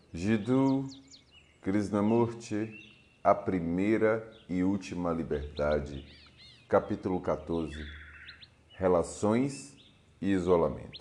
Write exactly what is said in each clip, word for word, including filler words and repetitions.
Jiddu Krishnamurti, A Primeira e Última Liberdade, capítulo quatorze, Relações e Isolamento.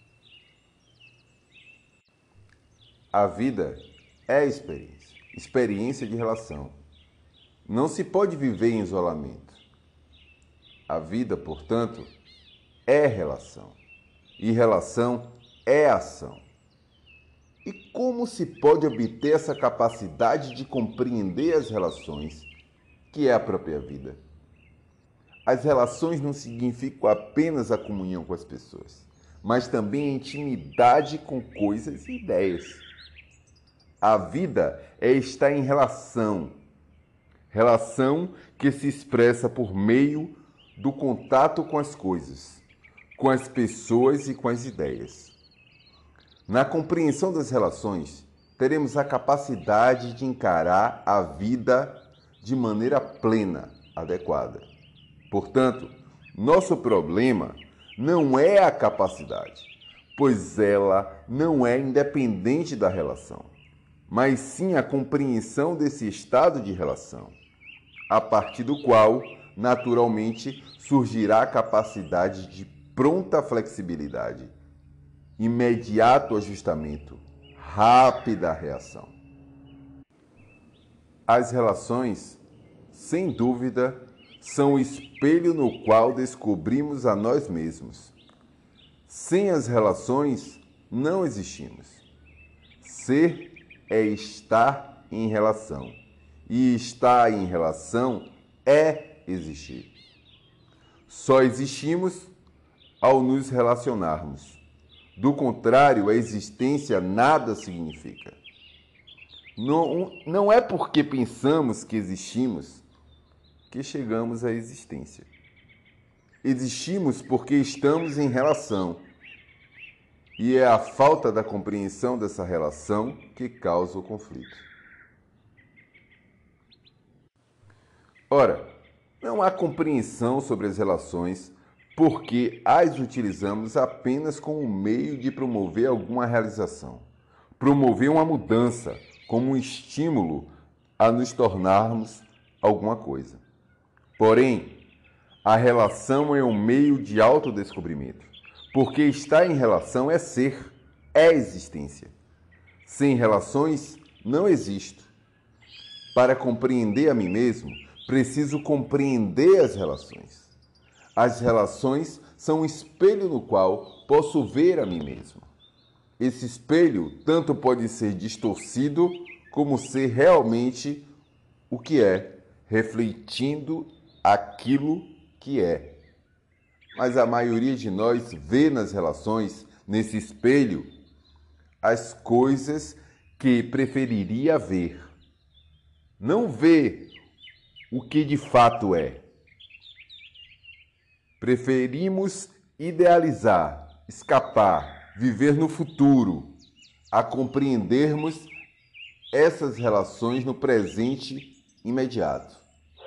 A vida é experiência, experiência de relação. Não se pode viver em isolamento. A vida, portanto, é relação, e relação é ação. E como se pode obter essa capacidade de compreender as relações, que é a própria vida? As relações não significam apenas a comunhão com as pessoas, mas também a intimidade com coisas e ideias. A vida é estar em relação, relação que se expressa por meio do contato com as coisas, com as pessoas e com as ideias. Na compreensão das relações, teremos a capacidade de encarar a vida de maneira plena, adequada. Portanto, nosso problema não é a capacidade, pois ela não é independente da relação, mas sim a compreensão desse estado de relação, a partir do qual, naturalmente, surgirá a capacidade de pronta flexibilidade, imediato ajustamento, rápida reação. As relações, sem dúvida, são o espelho no qual descobrimos a nós mesmos. Sem as relações, não existimos. Ser é estar em relação, e estar em relação é existir. Só existimos ao nos relacionarmos. Do contrário, a existência nada significa. Não, não é porque pensamos que existimos que chegamos à existência. Existimos porque estamos em relação. E é a falta da compreensão dessa relação que causa o conflito. Ora, não há compreensão sobre as relações porque as utilizamos apenas como meio de promover alguma realização, promover uma mudança, como um estímulo a nos tornarmos alguma coisa. Porém, a relação é um meio de autodescobrimento, porque estar em relação é ser, é existência. Sem relações, não existo. Para compreender a mim mesmo, preciso compreender as relações. As relações são um espelho no qual posso ver a mim mesmo. Esse espelho tanto pode ser distorcido como ser realmente o que é, refletindo aquilo que é. Mas a maioria de nós vê nas relações, nesse espelho, as coisas que preferiria ver. Não vê o que de fato é. Preferimos idealizar, escapar, viver no futuro, a compreendermos essas relações no presente imediato.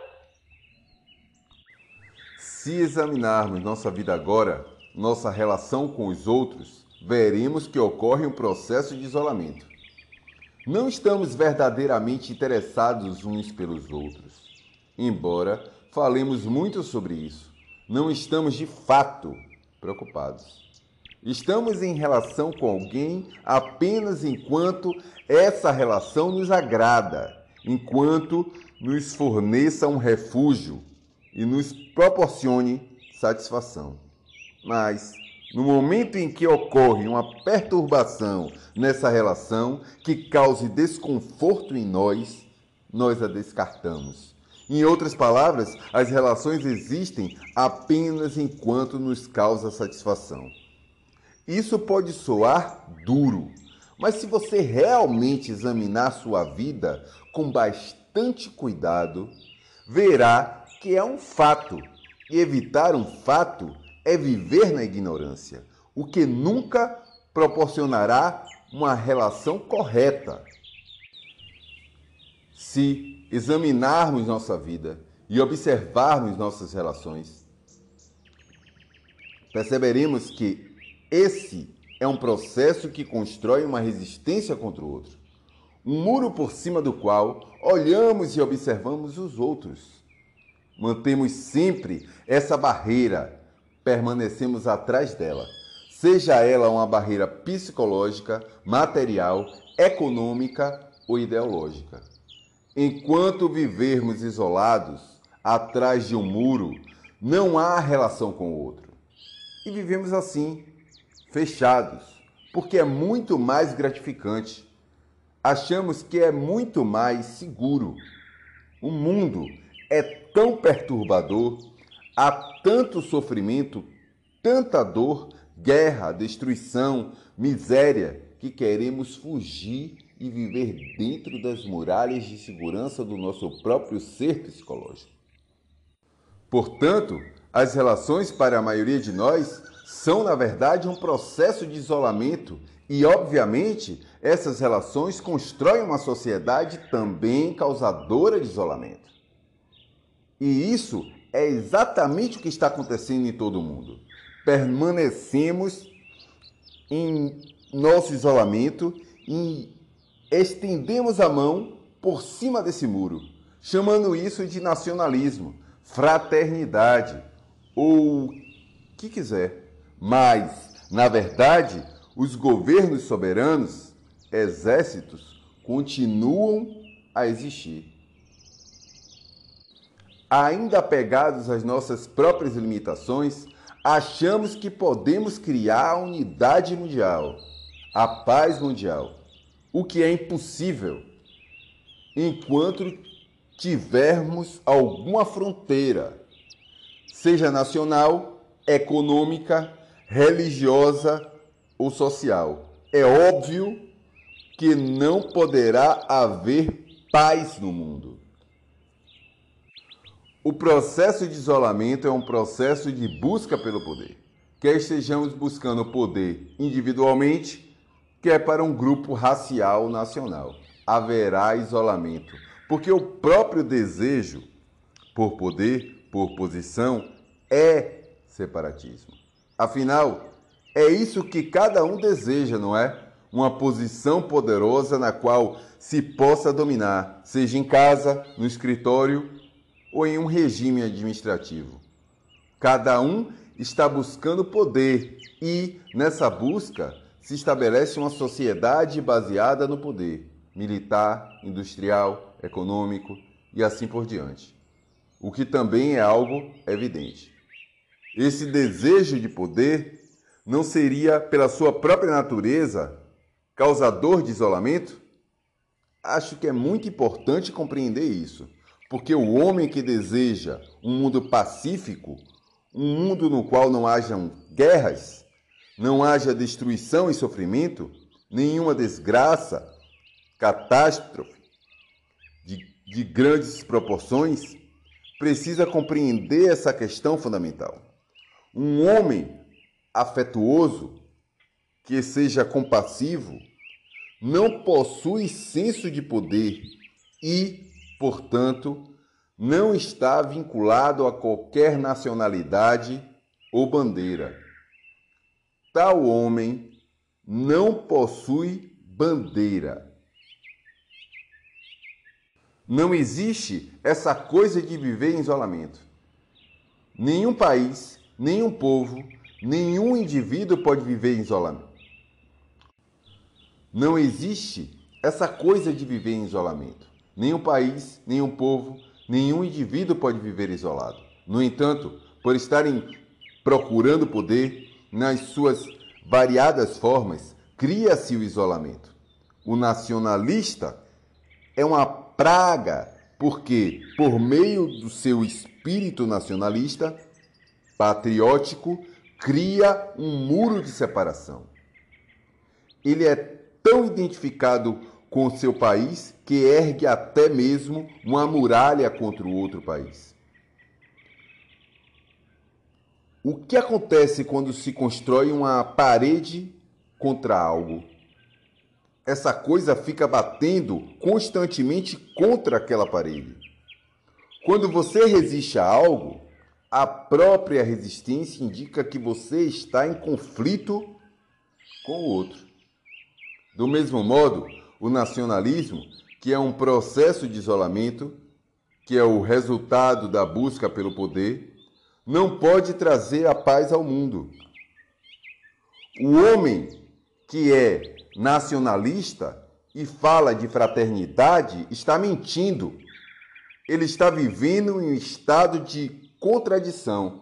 Se examinarmos nossa vida agora, nossa relação com os outros, veremos que ocorre um processo de isolamento. Não estamos verdadeiramente interessados uns pelos outros. Embora falemos muito sobre isso, não estamos de fato preocupados. Estamos em relação com alguém apenas enquanto essa relação nos agrada, enquanto nos forneça um refúgio e nos proporcione satisfação. Mas, no momento em que ocorre uma perturbação nessa relação que cause desconforto em nós, nós a descartamos. Em outras palavras, as relações existem apenas enquanto nos causa satisfação. Isso pode soar duro, mas se você realmente examinar sua vida com bastante cuidado, verá que é um fato, e evitar um fato é viver na ignorância, o que nunca proporcionará uma relação correta. Se examinarmos nossa vida e observarmos nossas relações, perceberemos que esse é um processo que constrói uma resistência contra o outro. um muro por cima do qual olhamos e observamos os outros. Mantemos sempre essa barreira, permanecemos atrás dela, seja ela uma barreira psicológica, material, econômica ou ideológica. Enquanto vivermos isolados, atrás de um muro, não há relação com o outro. E vivemos assim, fechados, porque é muito mais gratificante. Achamos que é muito mais seguro. O mundo é tão perturbador, há tanto sofrimento, tanta dor, guerra, destruição, miséria, que queremos fugir e viver dentro das muralhas de segurança do nosso próprio ser psicológico. Portanto, as relações para a maioria de nós são, na verdade, um processo de isolamento e, obviamente, essas relações constroem uma sociedade também causadora de isolamento. E isso é exatamente o que está acontecendo em todo o mundo. Permanecemos em nosso isolamento e estendemos a mão por cima desse muro, chamando isso de nacionalismo, fraternidade ou o que quiser. Mas, na verdade, os governos soberanos, exércitos, continuam a existir. Ainda apegados às nossas próprias limitações, achamos que podemos criar a unidade mundial, a paz mundial, o que é impossível enquanto tivermos alguma fronteira, seja nacional, econômica, religiosa ou social. É óbvio que não poderá haver paz no mundo. O processo de isolamento é um processo de busca pelo poder. Quer estejamos buscando poder individualmente, quer para um grupo racial nacional. Haverá isolamento, porque o próprio desejo por poder, por posição, é separatismo. Afinal, é isso que cada um deseja, não é? Uma posição poderosa na qual se possa dominar, seja em casa, no escritório ou em um regime administrativo. Cada um está buscando poder e, nessa busca, se estabelece uma sociedade baseada no poder militar, industrial, econômico e assim por diante. O que também é algo evidente. Esse desejo de poder não seria, pela sua própria natureza, causador de isolamento? Acho que é muito importante compreender isso, porque o homem que deseja um mundo pacífico, um mundo no qual não hajam guerras, não haja destruição e sofrimento, nenhuma desgraça, catástrofe de, de grandes proporções, precisa compreender essa questão fundamental. Um homem afetuoso, que seja compassivo, não possui senso de poder e, portanto, não está vinculado a qualquer nacionalidade ou bandeira. Tal homem não possui bandeira. Não existe essa coisa de viver em isolamento. Nenhum país, nenhum povo, nenhum indivíduo pode viver em isolamento. Não existe essa coisa de viver em isolamento. Nenhum país, nenhum povo, nenhum indivíduo pode viver isolado. No entanto, por estarem procurando poder nas suas variadas formas, cria-se o isolamento. O nacionalista é uma praga, porque, por meio do seu espírito nacionalista, patriótico, cria um muro de separação. Ele é tão identificado com o seu país que ergue até mesmo uma muralha contra o outro país. O que acontece quando se constrói uma parede contra algo? Essa coisa fica batendo constantemente contra aquela parede. Quando você resiste a algo, a própria resistência indica que você está em conflito com o outro. Do mesmo modo, O nacionalismo, que é um processo de isolamento, que é o resultado da busca pelo poder, não pode trazer a paz ao mundo. O homem que é nacionalista e fala de fraternidade está mentindo. Ele está vivendo em um estado de contradição.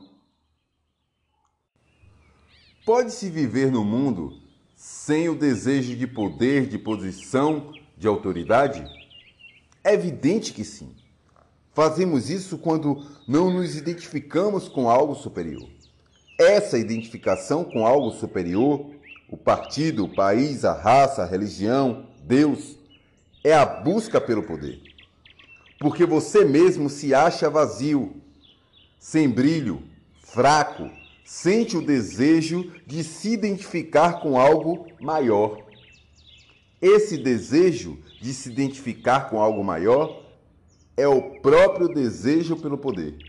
Pode-se viver no mundo sem o desejo de poder, de posição, de autoridade? É evidente que sim. Fazemos isso quando não nos identificamos com algo superior. Essa identificação com algo superior, o partido, o país, a raça, a religião, Deus, é a busca pelo poder. Porque você mesmo se acha vazio, sem brilho, fraco, sente o desejo de se identificar com algo maior. Esse desejo de se identificar com algo maior é o próprio desejo pelo poder.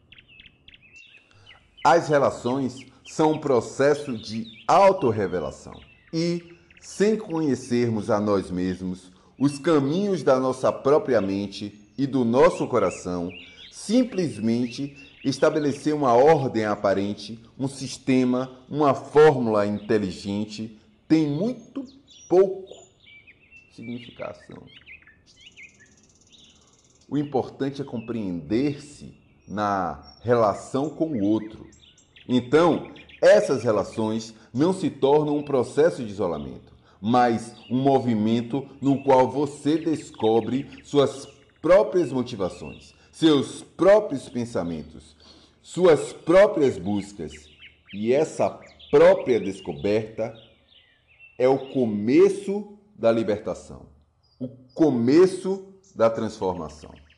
As relações são um processo de autorrevelação e, sem conhecermos a nós mesmos, os caminhos da nossa própria mente e do nosso coração, simplesmente estabelecer uma ordem aparente, um sistema, uma fórmula inteligente, tem muito pouco significação. O importante é compreender-se na relação com o outro. Então, essas relações não se tornam um processo de isolamento, mas um movimento no qual você descobre suas próprias motivações, seus próprios pensamentos, suas próprias buscas. E essa própria descoberta é o começo da libertação, o começo da transformação.